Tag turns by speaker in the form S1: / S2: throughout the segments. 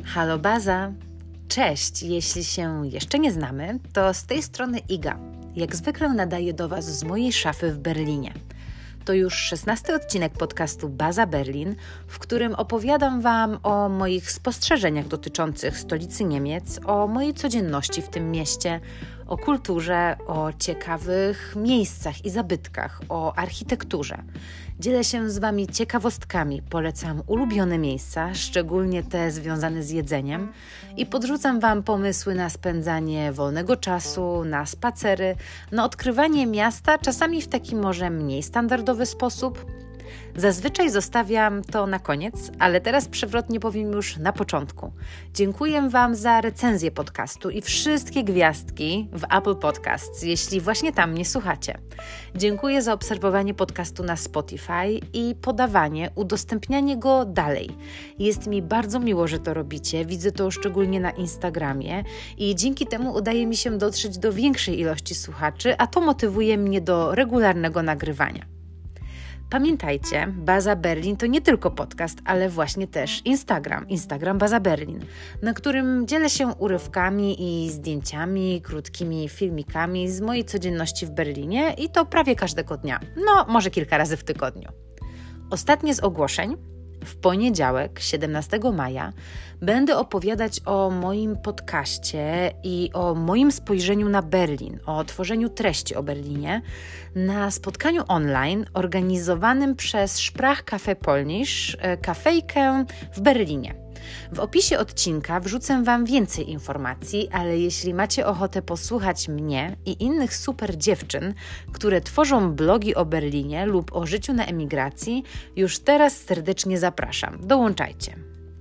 S1: Halo Baza! Cześć! Jeśli się jeszcze nie znamy, to z tej strony Iga. Jak zwykle nadaję do Was z mojej szafy w Berlinie. To już 16 odcinek podcastu Baza Berlin, w którym opowiadam Wam o moich spostrzeżeniach dotyczących stolicy Niemiec, o mojej codzienności w tym mieście, o kulturze, o ciekawych miejscach i zabytkach, o architekturze. Dzielę się z Wami ciekawostkami, polecam ulubione miejsca, szczególnie te związane z jedzeniem i podrzucam Wam pomysły na spędzanie wolnego czasu, na spacery, na odkrywanie miasta, czasami w taki może mniej standardowy sposób. Zazwyczaj zostawiam to na koniec, ale teraz przewrotnie powiem już na początku. Dziękuję Wam za recenzję podcastu i wszystkie gwiazdki w Apple Podcasts, jeśli właśnie tam mnie słuchacie. Dziękuję za obserwowanie podcastu na Spotify i podawanie, udostępnianie go dalej. Jest mi bardzo miło, że to robicie, widzę to szczególnie na Instagramie i dzięki temu udaje mi się dotrzeć do większej ilości słuchaczy, a to motywuje mnie do regularnego nagrywania. Pamiętajcie, Baza Berlin to nie tylko podcast, ale właśnie też Instagram Baza Berlin, na którym dzielę się urywkami i zdjęciami, krótkimi filmikami z mojej codzienności w Berlinie i to prawie każdego dnia, może kilka razy w tygodniu. Ostatnie z ogłoszeń. W poniedziałek, 17 maja, będę opowiadać o moim podcaście i o moim spojrzeniu na Berlin, o tworzeniu treści o Berlinie na spotkaniu online organizowanym przez Sprachcafé Polnisch, kafejkę w Berlinie. W opisie odcinka wrzucę Wam więcej informacji, ale jeśli macie ochotę posłuchać mnie i innych super dziewczyn, które tworzą blogi o Berlinie lub o życiu na emigracji, już teraz serdecznie zapraszam. Dołączajcie.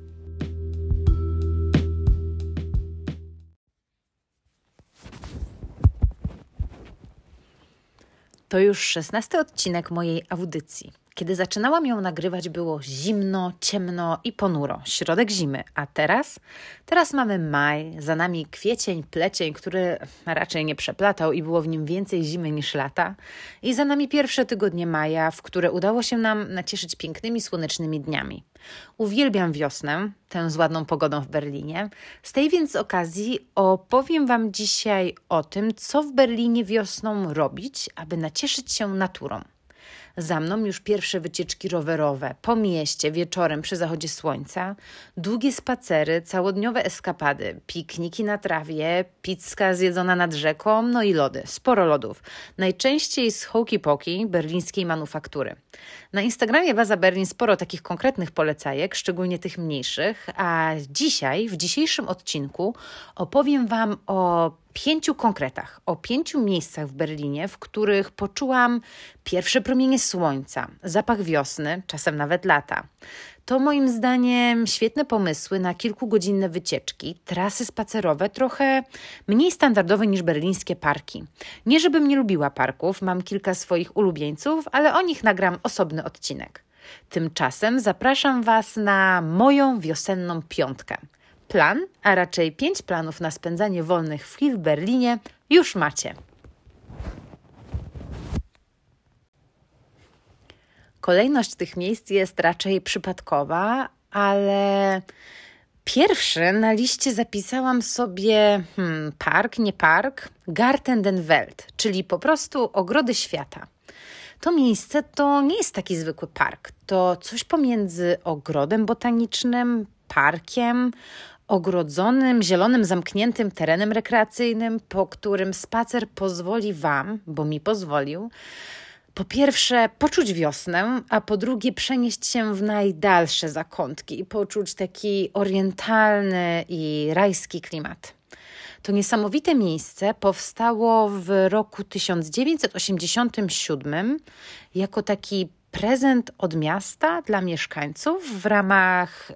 S1: To już 16 odcinek mojej audycji. Kiedy zaczynałam ją nagrywać, było zimno, ciemno i ponuro. Środek zimy. A teraz? Teraz mamy maj, za nami kwiecień, plecień, który raczej nie przeplatał i było w nim więcej zimy niż lata. I za nami pierwsze tygodnie maja, w które udało się nam nacieszyć pięknymi, słonecznymi dniami. Uwielbiam wiosnę, tę z ładną pogodą w Berlinie. Z tej więc okazji opowiem Wam dzisiaj o tym, co w Berlinie wiosną robić, aby nacieszyć się naturą. Za mną już pierwsze wycieczki rowerowe, po mieście, wieczorem przy zachodzie słońca, długie spacery, całodniowe eskapady, pikniki na trawie, pizza zjedzona nad rzeką, i lody, sporo lodów. Najczęściej z Hoki Poki, berlińskiej manufaktury. Na Instagramie Baza Berlin sporo takich konkretnych polecajek, szczególnie tych mniejszych, a dzisiaj, w dzisiejszym odcinku opowiem Wam o 5 konkretach, o 5 miejscach w Berlinie, w których poczułam pierwsze promienie słońca, zapach wiosny, czasem nawet lata. To moim zdaniem świetne pomysły na kilkugodzinne wycieczki, trasy spacerowe, trochę mniej standardowe niż berlińskie parki. Nie żebym nie lubiła parków, mam kilka swoich ulubieńców, ale o nich nagram osobny odcinek. Tymczasem zapraszam Was na moją wiosenną piątkę. Plan, a raczej 5 planów na spędzanie wolnych chwil w Berlinie już macie. Kolejność tych miejsc jest raczej przypadkowa, ale pierwszy na liście zapisałam sobie park, nie park, Garten den Welt, czyli po prostu ogrody świata. To miejsce to nie jest taki zwykły park, to coś pomiędzy ogrodem botanicznym, parkiem, ogrodzonym, zielonym, zamkniętym terenem rekreacyjnym, po którym spacer pozwoli Wam, bo mi pozwolił, po pierwsze poczuć wiosnę, a po drugie przenieść się w najdalsze zakątki i poczuć taki orientalny i rajski klimat. To niesamowite miejsce powstało w roku 1987 jako taki prezent od miasta dla mieszkańców w ramach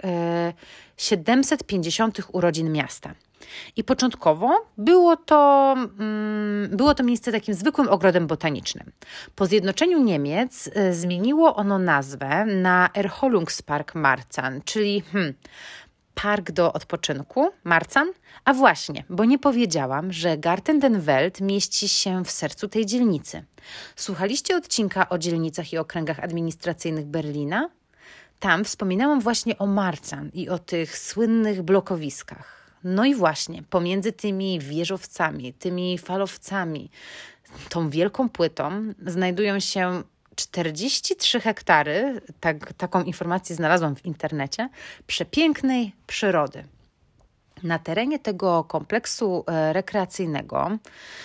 S1: 750 urodzin miasta. I początkowo było to miejsce takim zwykłym ogrodem botanicznym. Po zjednoczeniu Niemiec zmieniło ono nazwę na Erholungspark Marzahn, czyli park do odpoczynku, Marzahn. A właśnie, bo nie powiedziałam, że Garten den Welt mieści się w sercu tej dzielnicy. Słuchaliście odcinka o dzielnicach i okręgach administracyjnych Berlina? Tam wspominałam właśnie o Marcan i o tych słynnych blokowiskach. No i właśnie pomiędzy tymi wieżowcami, tymi falowcami, tą wielką płytą znajdują się 43 hektary, taką informację znalazłam w internecie, przepięknej przyrody. Na terenie tego kompleksu rekreacyjnego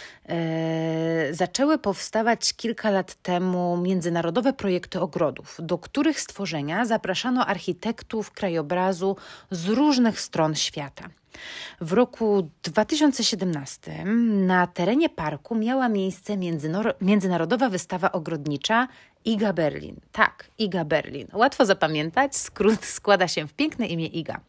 S1: zaczęły powstawać kilka lat temu międzynarodowe projekty ogrodów, do których stworzenia zapraszano architektów krajobrazu z różnych stron świata. W roku 2017 na terenie parku miała miejsce międzynarodowa wystawa ogrodnicza IGA Berlin. Tak, IGA Berlin. Łatwo zapamiętać, skrót składa się w piękne imię IGA.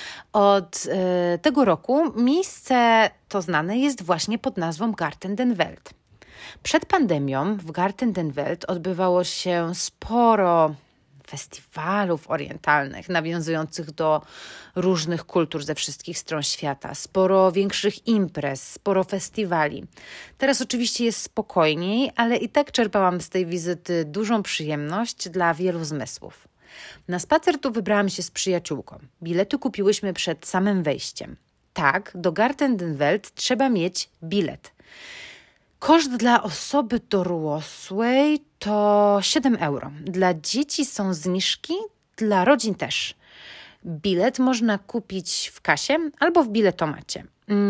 S1: Od tego roku miejsce to znane jest właśnie pod nazwą Garten den Welt. Przed pandemią w Garten den Welt odbywało się sporo festiwalów orientalnych nawiązujących do różnych kultur ze wszystkich stron świata, sporo większych imprez, sporo festiwali. Teraz oczywiście jest spokojniej, ale i tak czerpałam z tej wizyty dużą przyjemność dla wielu zmysłów. Na spacer tu wybrałam się z przyjaciółką. Bilety kupiłyśmy przed samym wejściem. Tak, do Garten den Welt trzeba mieć bilet. Koszt dla osoby dorosłej to 7 euro. Dla dzieci są zniżki, dla rodzin też. Bilet można kupić w kasie albo w biletomacie.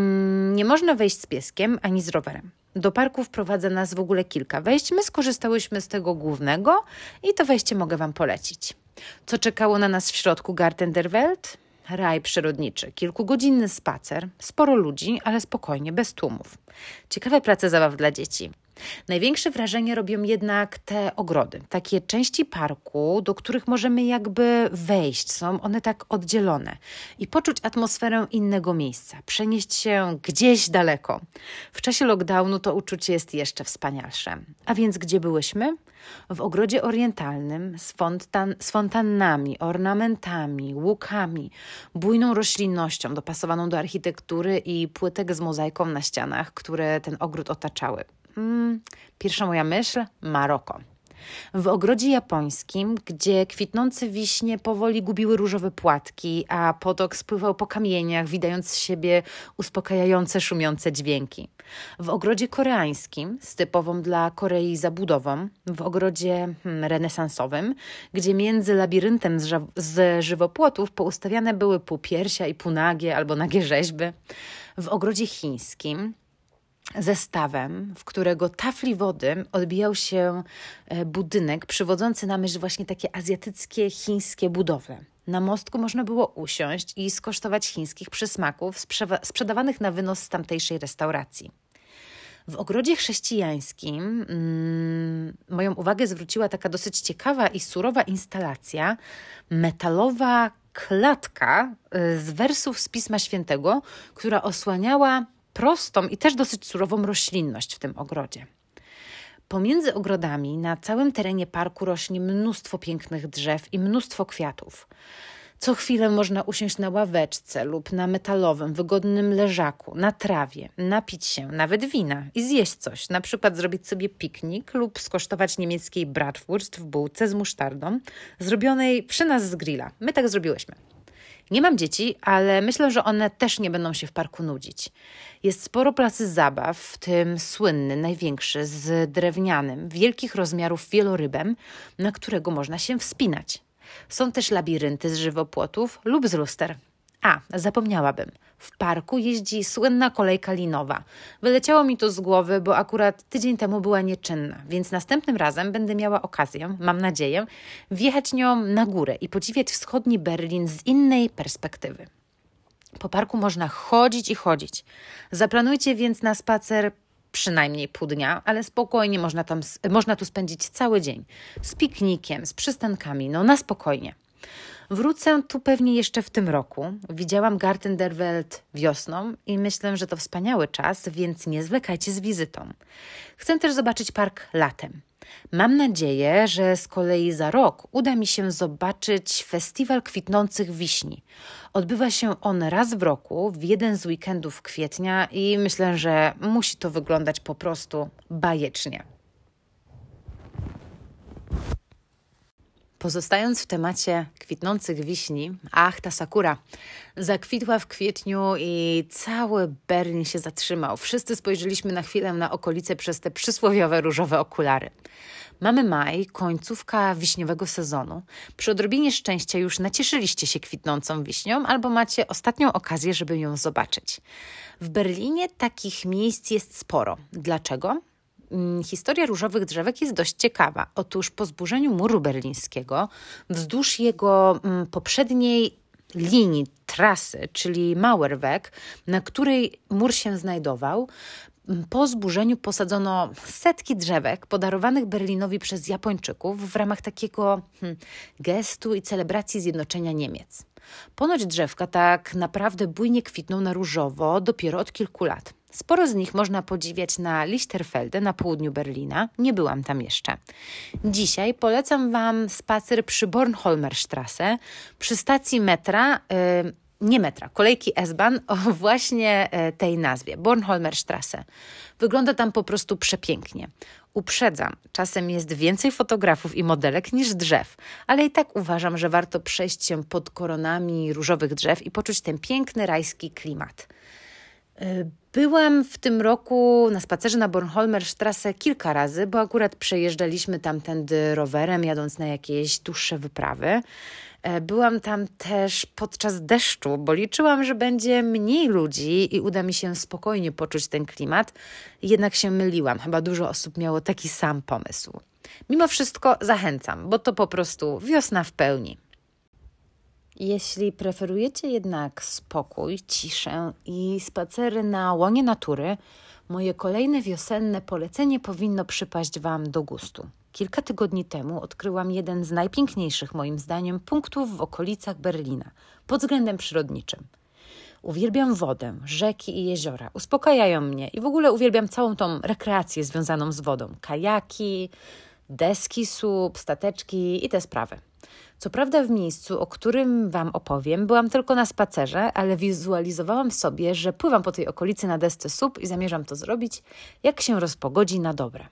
S1: Nie można wejść z pieskiem ani z rowerem. Do parku wprowadza nas w ogóle kilka wejść. My skorzystałyśmy z tego głównego i to wejście mogę Wam polecić. Co czekało na nas w środku Garten der Welt? Raj przyrodniczy, kilkugodzinny spacer, sporo ludzi, ale spokojnie, bez tłumów. Ciekawe place zabaw dla dzieci. Największe wrażenie robią jednak te ogrody, takie części parku, do których możemy jakby wejść. Są one tak oddzielone i poczuć atmosferę innego miejsca, przenieść się gdzieś daleko. W czasie lockdownu to uczucie jest jeszcze wspanialsze. A więc gdzie byłyśmy? W ogrodzie orientalnym z fontannami, ornamentami, łukami, bujną roślinnością dopasowaną do architektury i płytek z mozaiką na ścianach, które ten ogród otaczały. Pierwsza moja myśl? Maroko. W ogrodzie japońskim, gdzie kwitnące wiśnie powoli gubiły różowe płatki, a potok spływał po kamieniach, widając z siebie uspokajające, szumiące dźwięki. W ogrodzie koreańskim, z typową dla Korei zabudową. W ogrodzie renesansowym, gdzie między labiryntem z żywopłotów poustawiane były półpiersia i półnagie albo nagie rzeźby. W ogrodzie chińskim, ze stawem, w którego tafli wody odbijał się budynek przywodzący na myśl właśnie takie azjatyckie, chińskie budowle. Na mostku można było usiąść i skosztować chińskich przysmaków sprzedawanych na wynos z tamtejszej restauracji. W ogrodzie chrześcijańskim moją uwagę zwróciła taka dosyć ciekawa i surowa instalacja, metalowa klatka z wersów z Pisma Świętego, która osłaniała prostą i też dosyć surową roślinność w tym ogrodzie. Pomiędzy ogrodami na całym terenie parku rośnie mnóstwo pięknych drzew i mnóstwo kwiatów. Co chwilę można usiąść na ławeczce lub na metalowym, wygodnym leżaku, na trawie, napić się, nawet wina i zjeść coś, na przykład zrobić sobie piknik lub skosztować niemieckiej bratwurst w bułce z musztardą, zrobionej przy nas z grilla. My tak zrobiłyśmy. Nie mam dzieci, ale myślę, że one też nie będą się w parku nudzić. Jest sporo placy zabaw, w tym słynny, największy, z drewnianym, wielkich rozmiarów wielorybem, na którego można się wspinać. Są też labirynty z żywopłotów lub z luster. A, zapomniałabym. W parku jeździ słynna kolejka linowa. Wyleciało mi to z głowy, bo akurat tydzień temu była nieczynna, więc następnym razem będę miała okazję, mam nadzieję, wjechać nią na górę i podziwiać wschodni Berlin z innej perspektywy. Po parku można chodzić i chodzić. Zaplanujcie więc na spacer przynajmniej pół dnia, ale spokojnie można tu spędzić cały dzień. Z piknikiem, z przystankami, na spokojnie. Wrócę tu pewnie jeszcze w tym roku. Widziałam Garten der Welt wiosną i myślę, że to wspaniały czas, więc nie zwlekajcie z wizytą. Chcę też zobaczyć park latem. Mam nadzieję, że z kolei za rok uda mi się zobaczyć Festiwal Kwitnących Wiśni. Odbywa się on raz w roku, w jeden z weekendów kwietnia i myślę, że musi to wyglądać po prostu bajecznie. Pozostając w temacie kwitnących wiśni, ta sakura zakwitła w kwietniu i cały Berlin się zatrzymał. Wszyscy spojrzeliśmy na chwilę na okolice przez te przysłowiowe różowe okulary. Mamy maj, końcówka wiśniowego sezonu. Przy odrobinie szczęścia już nacieszyliście się kwitnącą wiśnią albo macie ostatnią okazję, żeby ją zobaczyć. W Berlinie takich miejsc jest sporo. Dlaczego? Historia różowych drzewek jest dość ciekawa. Otóż po zburzeniu muru berlińskiego wzdłuż jego poprzedniej linii, trasy, czyli Mauerweg, na której mur się znajdował, po zburzeniu posadzono setki drzewek podarowanych Berlinowi przez Japończyków w ramach takiego gestu i celebracji zjednoczenia Niemiec. Ponoć drzewka tak naprawdę bujnie kwitną na różowo dopiero od kilku lat. Sporo z nich można podziwiać na Lichterfelde na południu Berlina. Nie byłam tam jeszcze. Dzisiaj polecam Wam spacer przy Bornholmerstrasse, przy stacji metra, kolejki S-Bahn o właśnie tej nazwie, Bornholmerstrasse. Wygląda tam po prostu przepięknie. Uprzedzam, czasem jest więcej fotografów i modelek niż drzew, ale i tak uważam, że warto przejść się pod koronami różowych drzew i poczuć ten piękny rajski klimat. Byłam w tym roku na spacerze na Bornholmerstrasse kilka razy, bo akurat przejeżdżaliśmy tamtędy rowerem, jadąc na jakieś dłuższe wyprawy. Byłam tam też podczas deszczu, bo liczyłam, że będzie mniej ludzi i uda mi się spokojnie poczuć ten klimat. Jednak się myliłam, chyba dużo osób miało taki sam pomysł. Mimo wszystko zachęcam, bo to po prostu wiosna w pełni. Jeśli preferujecie jednak spokój, ciszę i spacery na łonie natury, moje kolejne wiosenne polecenie powinno przypaść Wam do gustu. Kilka tygodni temu odkryłam jeden z najpiękniejszych moim zdaniem punktów w okolicach Berlina pod względem przyrodniczym. Uwielbiam wodę, rzeki i jeziora, uspokajają mnie i w ogóle uwielbiam całą tą rekreację związaną z wodą. Kajaki, deski słup, stateczki i te sprawy. Co prawda w miejscu, o którym Wam opowiem, byłam tylko na spacerze, ale wizualizowałam sobie, że pływam po tej okolicy na desce słup i zamierzam to zrobić, jak się rozpogodzi na dobre.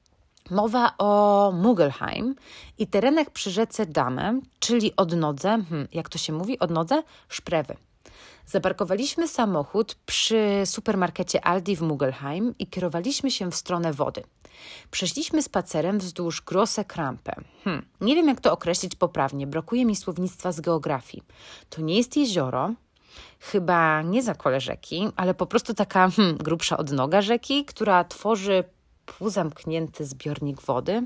S1: Mowa o Mugelheim i terenach przy rzece Dahme, czyli odnodze, jak to się mówi, odnodze Szprewy. Zaparkowaliśmy samochód przy supermarkecie Aldi w Mugelheim i kierowaliśmy się w stronę wody. Przeszliśmy spacerem wzdłuż Große Krampe. Nie wiem, jak to określić poprawnie, brakuje mi słownictwa z geografii. To nie jest jezioro, chyba nie zakole rzeki, ale po prostu taka grubsza odnoga rzeki, która tworzy półzamknięty zbiornik wody.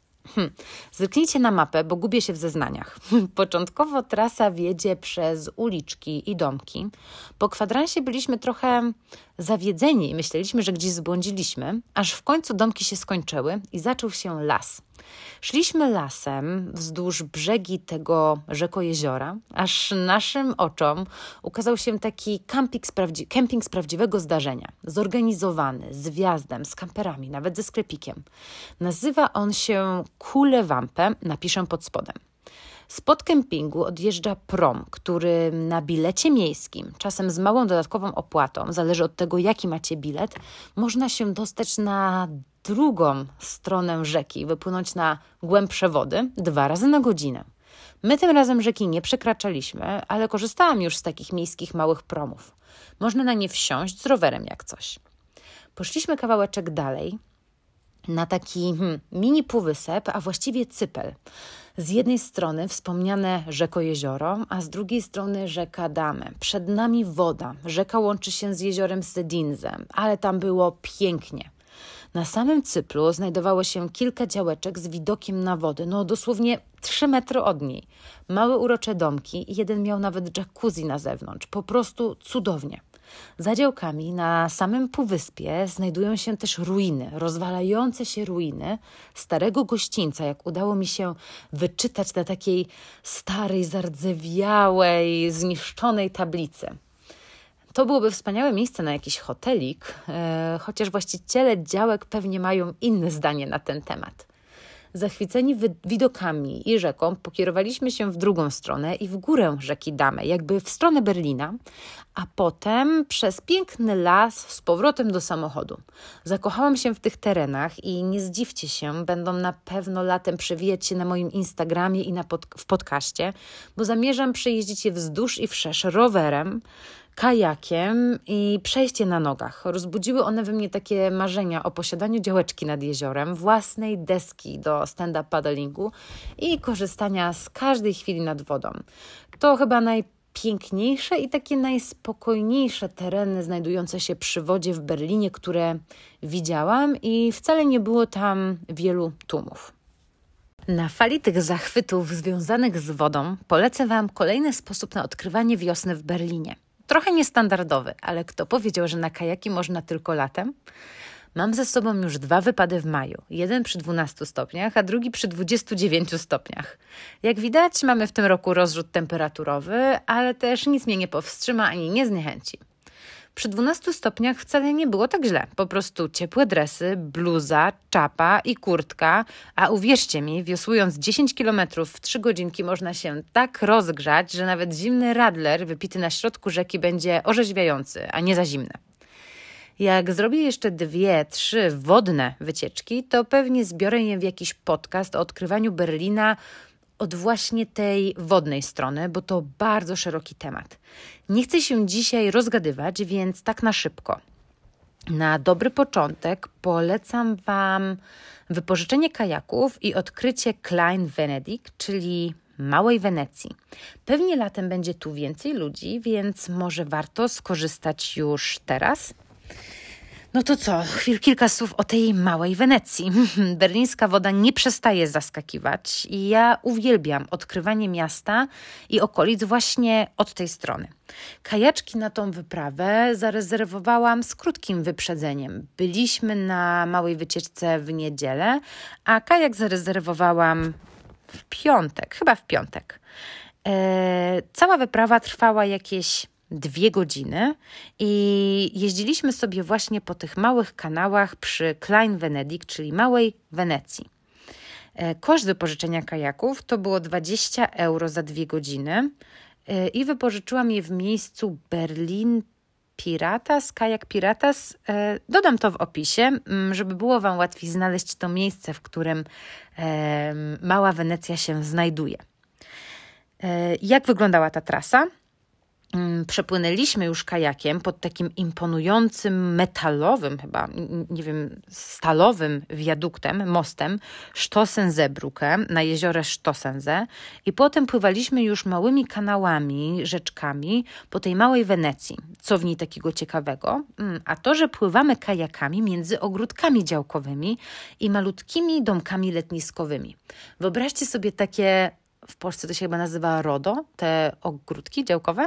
S1: Zerknijcie na mapę, bo gubię się w zeznaniach. Początkowo trasa wiedzie przez uliczki i domki. Po kwadransie byliśmy trochę zawiedzeni i myśleliśmy, że gdzieś zbłądziliśmy, aż w końcu domki się skończyły i zaczął się las. Szliśmy lasem wzdłuż brzegi tego rzekojeziora, aż naszym oczom ukazał się taki kemping z prawdziwego zdarzenia. Zorganizowany, z wjazdem, z kamperami, nawet ze sklepikiem. Nazywa on się Kuhlewampe, napiszę pod spodem. Spod kempingu odjeżdża prom, który na bilecie miejskim, czasem z małą dodatkową opłatą, zależy od tego, jaki macie bilet, można się dostać na drugą stronę rzeki i wypłynąć na głębsze wody 2 razy na godzinę. My tym razem rzeki nie przekraczaliśmy, ale korzystałam już z takich miejskich małych promów. Można na nie wsiąść z rowerem jak coś. Poszliśmy kawałeczek dalej na taki mini półwysep, a właściwie cypel. Z jednej strony wspomniane rzekojezioro, a z drugiej strony rzeka Dahme. Przed nami woda. Rzeka łączy się z jeziorem Sedinse, ale tam było pięknie. Na samym cyplu znajdowało się kilka działeczek z widokiem na wodę, dosłownie 3 metry od niej. Małe urocze domki i jeden miał nawet jacuzzi na zewnątrz. Po prostu cudownie. Za działkami na samym półwyspie znajdują się też ruiny, rozwalające się ruiny starego gościńca, jak udało mi się wyczytać na takiej starej, zardzewiałej, zniszczonej tablicy. To byłoby wspaniałe miejsce na jakiś hotelik, chociaż właściciele działek pewnie mają inne zdanie na ten temat. Zachwyceni widokami i rzeką pokierowaliśmy się w drugą stronę i w górę rzeki Dahme, jakby w stronę Berlina, a potem przez piękny las z powrotem do samochodu. Zakochałam się w tych terenach i nie zdziwcie się, będą na pewno latem przewijać się na moim Instagramie i w podcaście, bo zamierzam przejeździć je wzdłuż i wszerz rowerem, kajakiem i przejście na nogach. Rozbudziły one we mnie takie marzenia o posiadaniu działeczki nad jeziorem, własnej deski do stand-up paddlingu i korzystania z każdej chwili nad wodą. To chyba najpiękniejsze i takie najspokojniejsze tereny znajdujące się przy wodzie w Berlinie, które widziałam i wcale nie było tam wielu tłumów. Na fali tych zachwytów związanych z wodą polecę Wam kolejny sposób na odkrywanie wiosny w Berlinie. Trochę niestandardowy, ale kto powiedział, że na kajaki można tylko latem? Mam ze sobą już 2 wypady w maju. Jeden przy 12 stopniach, a drugi przy 29 stopniach. Jak widać, mamy w tym roku rozrzut temperaturowy, ale też nic mnie nie powstrzyma ani nie zniechęci. Przy 12 stopniach wcale nie było tak źle. Po prostu ciepłe dresy, bluza, czapa i kurtka, a uwierzcie mi, wiosłując 10 km w 3 godzinki można się tak rozgrzać, że nawet zimny radler wypity na środku rzeki będzie orzeźwiający, a nie za zimny. Jak zrobię jeszcze 2-3 wodne wycieczki, to pewnie zbiorę je w jakiś podcast o odkrywaniu Berlina od właśnie tej wodnej strony, bo to bardzo szeroki temat. Nie chcę się dzisiaj rozgadywać, więc tak na szybko. Na dobry początek polecam Wam wypożyczenie kajaków i odkrycie Klein Venedig, czyli Małej Wenecji. Pewnie latem będzie tu więcej ludzi, więc może warto skorzystać już teraz. No to co, kilka słów o tej Małej Wenecji. Berlińska woda nie przestaje zaskakiwać i ja uwielbiam odkrywanie miasta i okolic właśnie od tej strony. Kajaczki na tą wyprawę zarezerwowałam z krótkim wyprzedzeniem. Byliśmy na małej wycieczce w niedzielę, a kajak zarezerwowałam chyba w piątek. Cała wyprawa trwała jakieś 2 godziny i jeździliśmy sobie właśnie po tych małych kanałach przy Klein Venedig, czyli Małej Wenecji. Koszt wypożyczenia kajaków to było 20 euro za 2 godziny i wypożyczyłam je w miejscu Berlin Piratas, kajak Piratas. Dodam to w opisie, żeby było Wam łatwiej znaleźć to miejsce, w którym Mała Wenecja się znajduje. Jak wyglądała ta trasa? Przepłynęliśmy już kajakiem pod takim imponującym metalowym, chyba, nie wiem, stalowym wiaduktem, mostem Stossenseebrücke na jeziorze Stossense i potem pływaliśmy już małymi kanałami, rzeczkami po tej Małej Wenecji. Co w niej takiego ciekawego? A to, że pływamy kajakami między ogródkami działkowymi i malutkimi domkami letniskowymi. Wyobraźcie sobie takie, w Polsce to się chyba nazywa RODO, te ogródki działkowe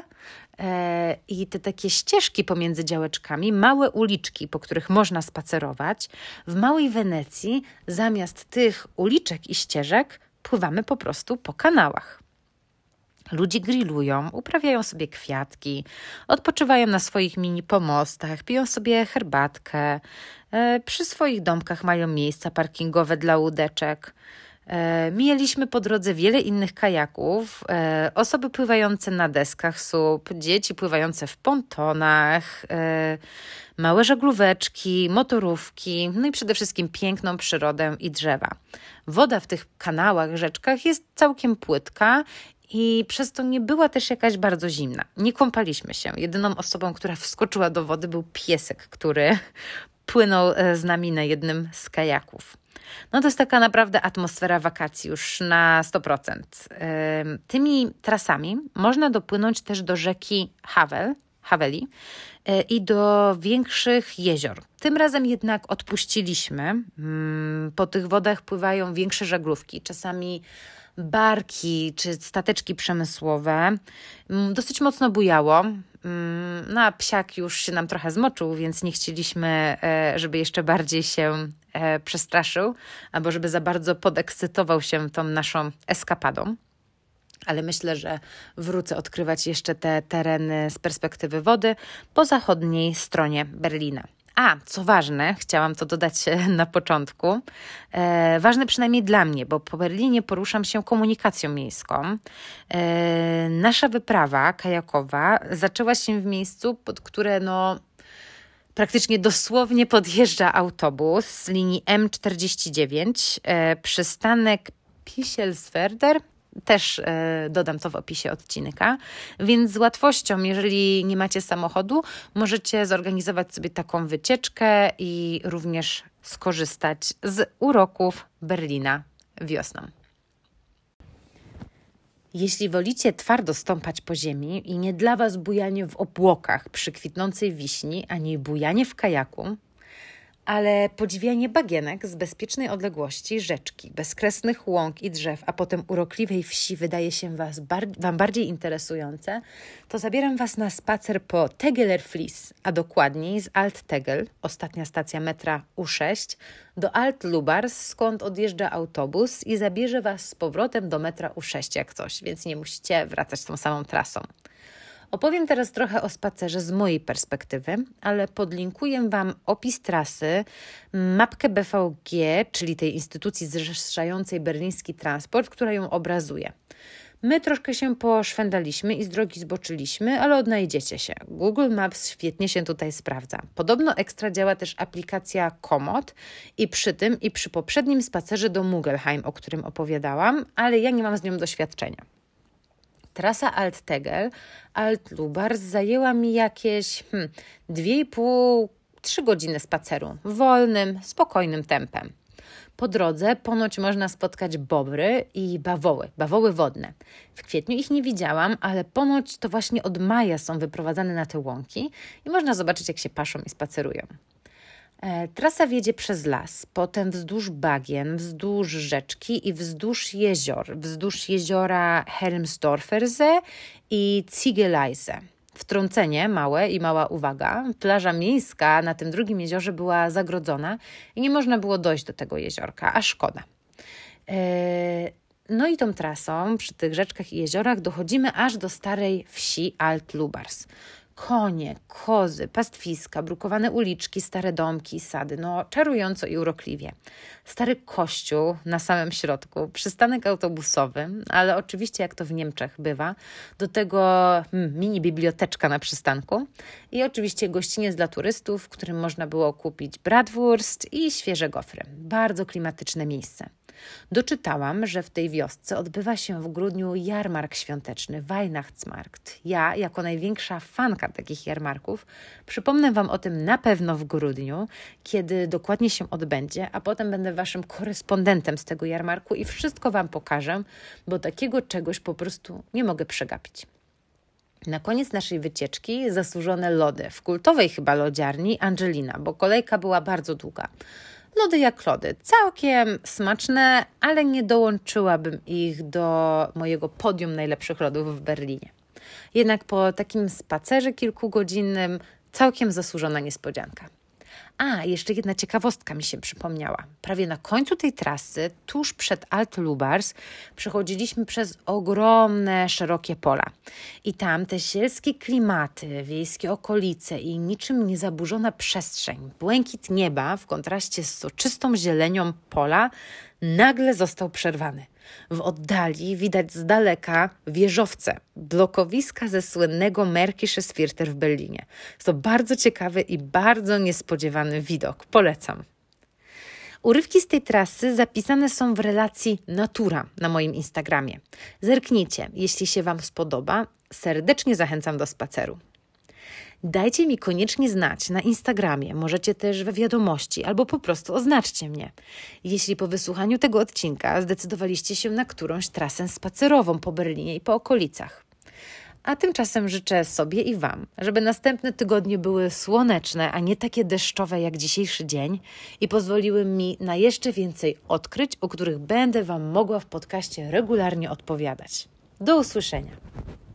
S1: i te takie ścieżki pomiędzy działeczkami, małe uliczki, po których można spacerować. W Małej Wenecji zamiast tych uliczek i ścieżek pływamy po prostu po kanałach. Ludzie grillują, uprawiają sobie kwiatki, odpoczywają na swoich mini pomostach, piją sobie herbatkę. Przy swoich domkach mają miejsca parkingowe dla łódeczek. Mijaliśmy po drodze wiele innych kajaków, osoby pływające na deskach SUP, dzieci pływające w pontonach, małe żaglóweczki, motorówki, no i przede wszystkim piękną przyrodę i drzewa. Woda w tych kanałach, rzeczkach jest całkiem płytka i przez to nie była też jakaś bardzo zimna. Nie kąpaliśmy się. Jedyną osobą, która wskoczyła do wody, był piesek, który płynął z nami na jednym z kajaków. No to jest taka naprawdę atmosfera wakacji już na 100%. Tymi trasami można dopłynąć też do rzeki Haveli i do większych jezior. Tym razem jednak odpuściliśmy. Po tych wodach pływają większe żaglówki, czasami barki czy stateczki przemysłowe. Dosyć mocno bujało. No a psiak już się nam trochę zmoczył, więc nie chcieliśmy, żeby jeszcze bardziej się przestraszył, albo żeby za bardzo podekscytował się tą naszą eskapadą. Ale myślę, że wrócę odkrywać jeszcze te tereny z perspektywy wody po zachodniej stronie Berlina. A, co ważne, chciałam to dodać na początku, ważne przynajmniej dla mnie, bo po Berlinie poruszam się komunikacją miejską. Nasza wyprawa kajakowa zaczęła się w miejscu, pod które praktycznie dosłownie podjeżdża autobus z linii M49, przystanek Pichelswerder. Też dodam to w opisie odcinka, więc z łatwością, jeżeli nie macie samochodu, możecie zorganizować sobie taką wycieczkę i również skorzystać z uroków Berlina wiosną. Jeśli wolicie twardo stąpać po ziemi i nie dla Was bujanie w obłokach przy kwitnącej wiśni, ani bujanie w kajaku, ale podziwianie bagienek z bezpiecznej odległości rzeczki, bezkresnych łąk i drzew, a potem urokliwej wsi wydaje się Wam bardziej interesujące, to zabieram Was na spacer po Tegeler Fließ, a dokładniej z Alt Tegel, ostatnia stacja metra U6, do Alt Lubars, skąd odjeżdża autobus i zabierze Was z powrotem do metra U6 jak coś, więc nie musicie wracać tą samą trasą. Opowiem teraz trochę o spacerze z mojej perspektywy, ale podlinkuję Wam opis trasy, mapkę BVG, czyli tej instytucji zrzeszającej berliński transport, która ją obrazuje. My troszkę się poszwendaliśmy i z drogi zboczyliśmy, ale odnajdziecie się. Google Maps świetnie się tutaj sprawdza. Podobno ekstra działa też aplikacja Komoot i przy tym i przy poprzednim spacerze do Mugelheim, o którym opowiadałam, ale ja nie mam z nią doświadczenia. Trasa Alt Tegel, Alt Lubars zajęła mi jakieś 2,5-3 godziny spaceru, wolnym, spokojnym tempem. Po drodze ponoć można spotkać bobry i bawoły wodne. W kwietniu ich nie widziałam, ale ponoć to właśnie od maja są wyprowadzane na te łąki i można zobaczyć, jak się paszą i spacerują. Trasa wiedzie przez las, potem wzdłuż bagien, wzdłuż rzeczki i wzdłuż jezior. Wzdłuż jeziora Helmsdorfersee i Ziegeleise. Wtrącenie małe i mała uwaga. Plaża miejska na tym drugim jeziorze była zagrodzona i nie można było dojść do tego jeziorka, a szkoda. No i tą trasą przy tych rzeczkach i jeziorach dochodzimy aż do starej wsi Alt Lubars. Konie, kozy, pastwiska, brukowane uliczki, stare domki, sady, czarująco i urokliwie. Stary kościół na samym środku, przystanek autobusowy, ale oczywiście jak to w Niemczech bywa, do tego mini biblioteczka na przystanku i oczywiście gościniec dla turystów, w którym można było kupić bratwurst i świeże gofry. Bardzo klimatyczne miejsce. Doczytałam, że w tej wiosce odbywa się w grudniu jarmark świąteczny, Weihnachtsmarkt. Ja, jako największa fanka takich jarmarków, przypomnę Wam o tym na pewno w grudniu, kiedy dokładnie się odbędzie, a potem będę Waszym korespondentem z tego jarmarku i wszystko Wam pokażę, bo takiego czegoś po prostu nie mogę przegapić. Na koniec naszej wycieczki zasłużone lody w kultowej chyba lodziarni Angelina, bo kolejka była bardzo długa. Lody jak lody, całkiem smaczne, ale nie dołączyłabym ich do mojego podium najlepszych lodów w Berlinie. Jednak po takim spacerze kilkugodzinnym całkiem zasłużona niespodzianka. A, jeszcze jedna ciekawostka mi się przypomniała. Prawie na końcu tej trasy, tuż przed Alt Lubars, przechodziliśmy przez ogromne, szerokie pola. I tam te sielskie klimaty, wiejskie okolice i niczym niezaburzona przestrzeń, błękit nieba w kontraście z soczystą zielenią pola nagle został przerwany. W oddali widać z daleka wieżowce, blokowiska ze słynnego Märkisches Viertel w Berlinie. Jest to bardzo ciekawy i bardzo niespodziewany widok. Polecam. Urywki z tej trasy zapisane są w relacji Natura na moim Instagramie. Zerknijcie, jeśli się Wam spodoba. Serdecznie zachęcam do spaceru. Dajcie mi koniecznie znać na Instagramie, możecie też we wiadomości albo po prostu oznaczcie mnie. Jeśli po wysłuchaniu tego odcinka zdecydowaliście się na którąś trasę spacerową po Berlinie i po okolicach. A tymczasem życzę sobie i Wam, żeby następne tygodnie były słoneczne, a nie takie deszczowe jak dzisiejszy dzień i pozwoliły mi na jeszcze więcej odkryć, o których będę Wam mogła w podcaście regularnie odpowiadać. Do usłyszenia!